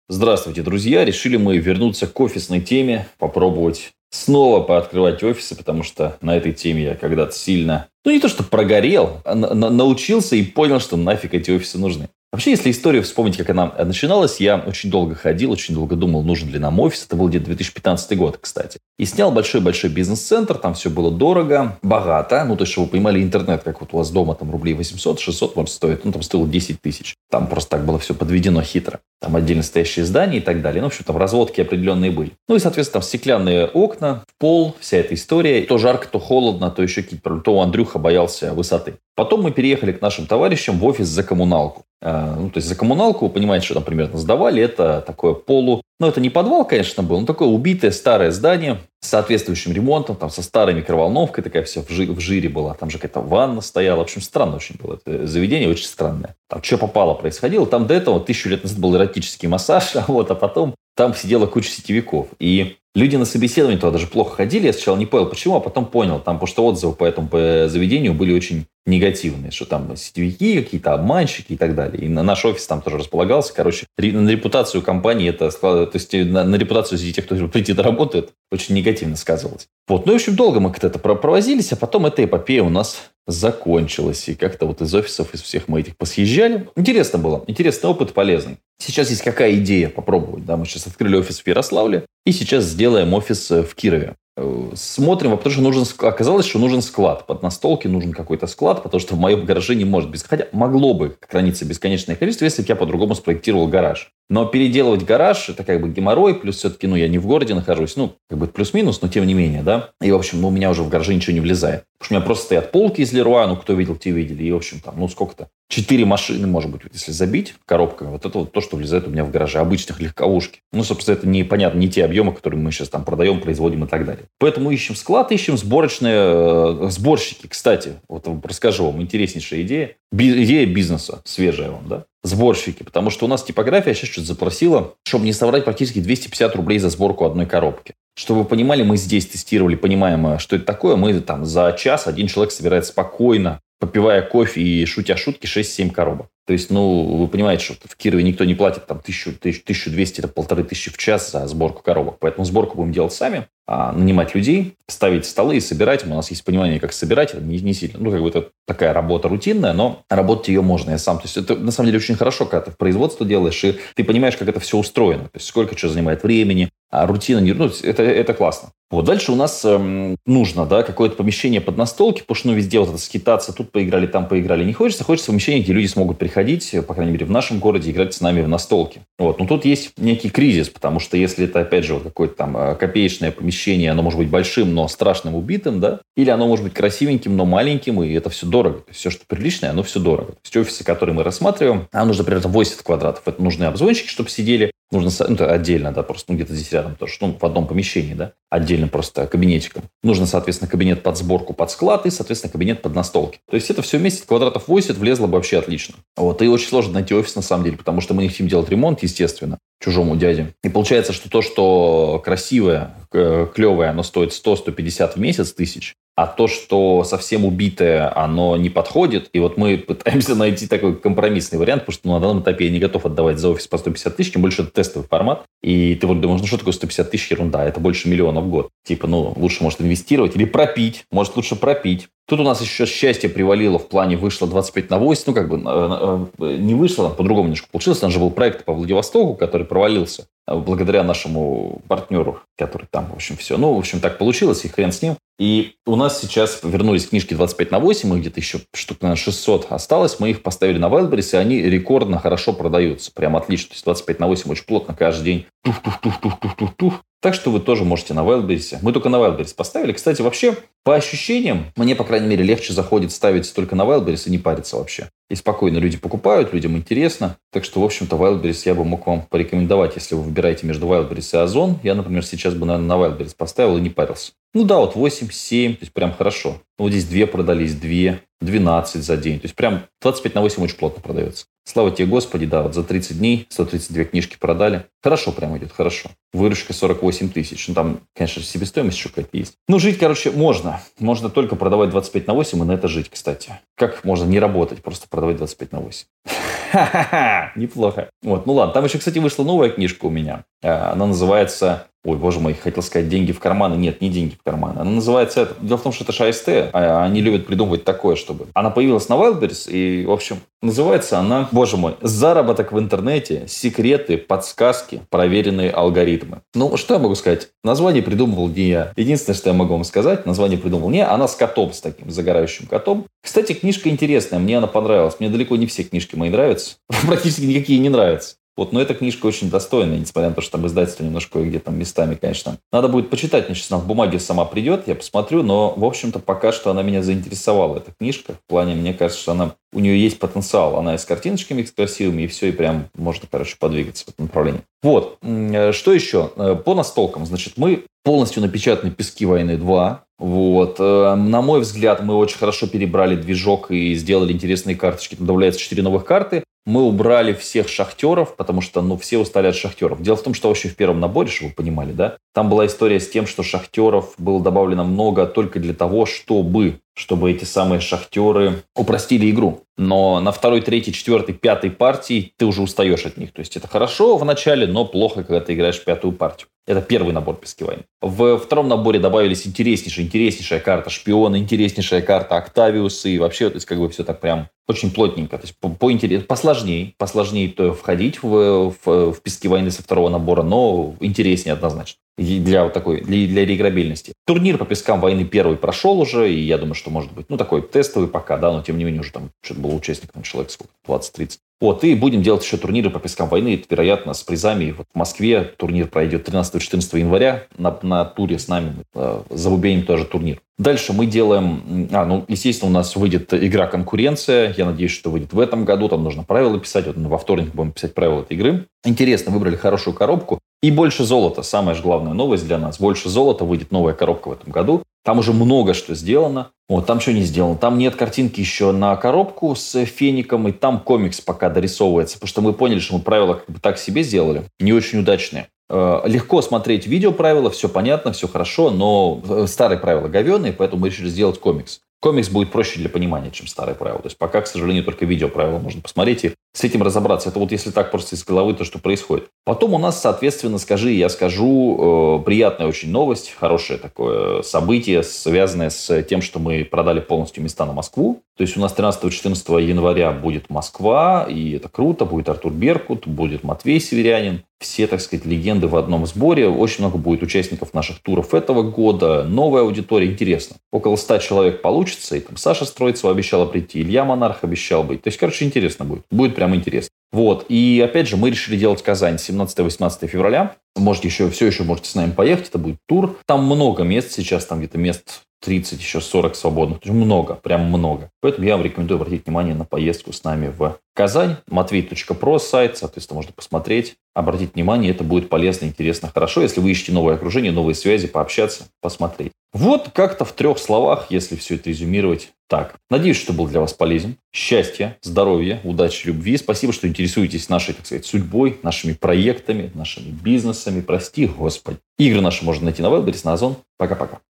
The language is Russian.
Здравствуйте, друзья! Решили мы вернуться к офисной теме, попробовать снова пооткрывать офисы, потому что на этой теме я когда-то сильно, не то что прогорел, а научился и понял, что нафиг эти офисы нужны. Вообще, если историю вспомнить, как она начиналась, я очень долго ходил, очень долго думал, нужен ли нам офис. Это был где-то 2015 год, кстати. И снял большой-большой бизнес-центр, там все было дорого, богато. То есть, чтобы вы понимали, интернет, как вот у вас дома, там рублей 800-600, может, стоит, там стоило 10 тысяч. Там просто так было все подведено хитро. Там отдельно стоящие здания и так далее. В общем, там разводки определенные были. И, соответственно, там стеклянные окна, пол, вся эта история. То жарко, то холодно, то еще какие-то проблемы. То Андрюха боялся высоты. Потом мы переехали к нашим товарищам в офис за коммуналку. То есть за коммуналку, вы понимаете, что там примерно сдавали. Это такое это не подвал, конечно, был, но такое убитое старое здание с соответствующим ремонтом, там со старой микроволновкой, такая вся в жире была. Там же какая-то ванна стояла. В общем, странно очень было. Это заведение очень странное. Там что попало происходило. Там до этого 1000 лет назад был эротический массаж, а потом там сидела куча сетевиков. И люди на собеседование туда даже плохо ходили. Я сначала не понял, почему, а потом понял. Там, потому что отзывы по этому заведению были очень негативные, что там сетевики, какие-то обманщики и так далее. И наш офис там тоже располагался. На репутацию компании то есть на репутацию среди тех, кто прийти работает, очень негативно сказывалось. В общем, долго мы как-то это провозились, а потом эта эпопея у нас закончилась. И как-то из офисов, из всех мы этих посъезжали. Интересно было. Интересный опыт, полезный. Сейчас есть какая идея попробовать. Да? Мы сейчас открыли офис в Ярославле. И сейчас сделаем офис в Кирове. Смотрим, потому что оказалось, что нужен склад. Под настолки нужен какой-то склад, потому что в моем гараже не может быть. Хотя могло бы храниться бесконечное количество, если бы я по-другому спроектировал гараж. Но переделывать гараж – это геморрой, плюс все-таки, я не в городе нахожусь, плюс-минус, но тем не менее, да. И, в общем, у меня уже в гараже ничего не влезает. Потому что у меня просто стоят полки из Леруа, кто видел, те видели. И, в общем, там, сколько-то. 4 машины, может быть, если забить коробками. Это то, что влезает у меня в гараже. Обычных легковушки. Собственно, это непонятно, не те объемы, которые мы сейчас там продаем, производим и так далее. Поэтому ищем склад, ищем сборщики. Кстати, расскажу вам, интереснейшая идея. Идея бизнеса, свежая вам, да? Сборщики. Потому что у нас типография сейчас что-то запросила, чтобы не соврать, практически 250 рублей за сборку одной коробки. Чтобы вы понимали, мы здесь тестировали, понимаем, что это такое. Мы там за час один человек собирает спокойно, попивая кофе и шутя шутки, 6-7 коробок. То есть, вы понимаете, что в Кирове никто не платит там 1200, это 1500 в час за сборку коробок. Поэтому сборку будем делать сами, нанимать людей, ставить столы и собирать. У нас есть понимание, как собирать. Это не сильно. Это такая работа рутинная, но работать ее можно. Я сам. То есть, это на самом деле очень хорошо, когда ты в производство делаешь, и ты понимаешь, как это все устроено. То есть, сколько что занимает времени, рутина. Это классно. Дальше у нас нужно, какое-то помещение под настолки, потому что везде это скитаться, тут поиграли, там поиграли. Не хочется. Хочется помещение, где люди смогут приходить, по крайней мере, в нашем городе, играть с нами в настолки. Но тут есть некий кризис, потому что если это, опять же, какое-то там копеечное помещение, оно может быть большим, но страшным убитым, да, или оно может быть красивеньким, но маленьким, и это все дорого. То есть, все, что приличное, оно все дорого. То есть, офисы, которые мы рассматриваем, нам нужно примерно 80 квадратов. Это нужны обзвонщики, чтобы сидели. Нужно это отдельно, да, просто где-то здесь рядом тоже, в одном помещении, да, отдельно просто кабинетиком. Нужно, соответственно, кабинет под сборку, под склад и, соответственно, кабинет под настолки. То есть это все вместе квадратов 80 влезло бы вообще отлично. И очень сложно найти офис на самом деле, потому что мы не хотим делать ремонт, естественно, чужому дяде. И получается, что то, что красивое, клевое, оно стоит 100-150 в месяц тысяч, а то, что совсем убитое, оно не подходит. И мы пытаемся найти такой компромиссный вариант, потому что на данном этапе я не готов отдавать за офис по 150 тысяч, тем больше это тестовый формат. И ты думаешь, что такое 150 тысяч? Ерунда, это больше миллиона в год. Лучше, может, инвестировать или пропить. Может, лучше пропить. Тут у нас еще счастье привалило в плане вышло 25/8. Не вышло, по-другому немножко получилось. У нас же был проект по Владивостоку, который провалился благодаря нашему партнеру, который там, в общем, все. Так получилось, и хрен с ним. И у нас сейчас вернулись книжки 25/8, их где-то еще штук, наверное, 600 осталось. Мы их поставили на Wildberries, и они рекордно хорошо продаются. Прям отлично. То есть 25/8 очень плотно каждый день. Тух-тух-тух-тух-тух-тух. Так что вы тоже можете на Wildberries. Мы только на Wildberries поставили. Кстати, вообще, по ощущениям, мне, по крайней мере, легче заходит ставить только на Wildberries и не париться вообще. И спокойно люди покупают, людям интересно. Так что, в общем-то, Wildberries я бы мог вам порекомендовать, если вы выбираете между Wildberries и Озон. Я, например, сейчас бы, наверное, на Wildberries поставил и не парился. 8, 7, то есть прям хорошо. Здесь 2 продались, 2, 12 за день. То есть прям 25/8 очень плотно продается. Слава тебе, Господи, да, вот за 30 дней 132 книжки продали. Хорошо прям идет, хорошо. Выручка 48 тысяч. Ну, там, конечно, себестоимость еще какая-то есть. Ну, жить, короче, можно. Можно только продавать 25/8 и на это жить, кстати. Как можно не работать, просто продавать 25/8? Ха-ха-ха, неплохо. Вот, ну ладно. Там еще, кстати, вышла новая книжка у меня. Она называется... Ой, боже мой, хотел сказать «Деньги в карманы». Нет, не «Деньги в карманы». Она называется... Дело в том, что это же АСТ, а они любят придумывать такое, чтобы... Она появилась на Wildberries, и, в общем, называется она, боже мой, «Заработок в интернете. Секреты, подсказки, проверенные алгоритмы». Ну, что я могу сказать? Название придумывал не я. Единственное, что я могу вам сказать, название придумал не я. Она с котом, с таким загорающим котом. Кстати, книжка интересная, мне она понравилась. Мне далеко не все книжки мои нравятся. Практически никакие не нравятся. Вот, но эта книжка очень достойная, несмотря на то, что там издательство немножко кое-где там местами, конечно. Надо будет почитать, мне сейчас она в бумаге сама придет, я посмотрю, но, в общем-то, пока что она меня заинтересовала, эта книжка. В плане, мне кажется, что у нее есть потенциал. Она и с картиночками красивыми, и все, и прям можно, короче, подвигаться в этом направлении. Вот, что еще? По настолкам, значит, мы полностью напечатаны «Пески войны 2». Вот. На мой взгляд, мы очень хорошо перебрали движок и сделали интересные карточки. Там добавляется 4 новых карты. Мы убрали всех шахтеров, потому что, все устали от шахтеров. Дело в том, что вообще в первом наборе, чтобы вы понимали, да, там была история с тем, что шахтеров было добавлено много только для того, чтобы эти самые шахтеры упростили игру. Но на 2, 3, 4, 5 партии ты уже устаешь от них. То есть это хорошо в начале, но плохо, когда ты играешь в 5-ю партию. Это первый набор «Пески войны». В втором наборе добавились интереснейшая карта «Шпион», интереснейшая карта «Октавиусы». И вообще, то есть, как бы все так прям очень плотненько. То есть, посложнее то входить в «Пески войны» со второго набора, но интереснее однозначно. Для реиграбельности. Турнир по «Пескам войны» первый прошел уже, и я думаю, что может быть, такой тестовый пока, да, но тем не менее уже там что-то было участников, человек сколько, 20-30. Вот, и будем делать еще турниры по «Пескам войны», это, вероятно, с призами. Вот в Москве турнир пройдет 13-14 января, на туре с нами мы забубеним тоже турнир. Дальше мы делаем... естественно, у нас выйдет игра «Конкуренция». Я надеюсь, что выйдет в этом году. Там нужно правила писать. Вот во вторник будем писать правила этой игры. Интересно, выбрали хорошую коробку. И больше золота. Самая же главная новость для нас. Больше золота. Выйдет новая коробка в этом году. Там уже много что сделано. Вот, там что не сделано. Там нет картинки еще на коробку с феником. И там комикс пока дорисовывается. Потому что мы поняли, что мы правила как бы так себе сделали. Не очень удачные. Легко смотреть видео правила, все понятно, все хорошо, но старые правила говёные, поэтому мы решили сделать комикс. Комикс будет проще для понимания, чем старые правила. То есть пока, к сожалению, только видео правила можно посмотреть и с этим разобраться. Это вот если так просто из головы то, что происходит. Потом у нас, соответственно, я скажу, приятная очень новость, хорошее такое событие, связанное с тем, что мы продали полностью места на Москву. То есть у нас 13-14 января будет Москва, и это круто. Будет Артур Беркут, будет Матвей Северянин. Все, так сказать, легенды в одном сборе. Очень много будет участников наших туров этого года. Новая аудитория. Интересно. Около 100 человек получится. И там Саша Строицева обещала прийти. Илья Монарх обещал быть. То есть, короче, интересно будет. Будет прям интересно. Вот. И опять же, мы решили делать Казань 17-18 февраля. Все еще можете с нами поехать. Это будет тур. Там много мест сейчас. Там где-то мест 30, еще 40 свободных. Много, прям много. Поэтому я вам рекомендую обратить внимание на поездку с нами в Казань. Matvey.pro сайт, соответственно, можно посмотреть. Обратить внимание, это будет полезно, интересно, хорошо. Если вы ищете новое окружение, новые связи, пообщаться, посмотреть. Вот как-то в 3 словах, если все это резюмировать. Так, надеюсь, что был для вас полезен. Счастья, здоровья, удачи, любви. Спасибо, что интересуетесь нашей, так сказать, судьбой, нашими проектами, нашими бизнесами. Прости, Господи. Игры наши можно найти на Wildberries, на Озон. Пока-пока.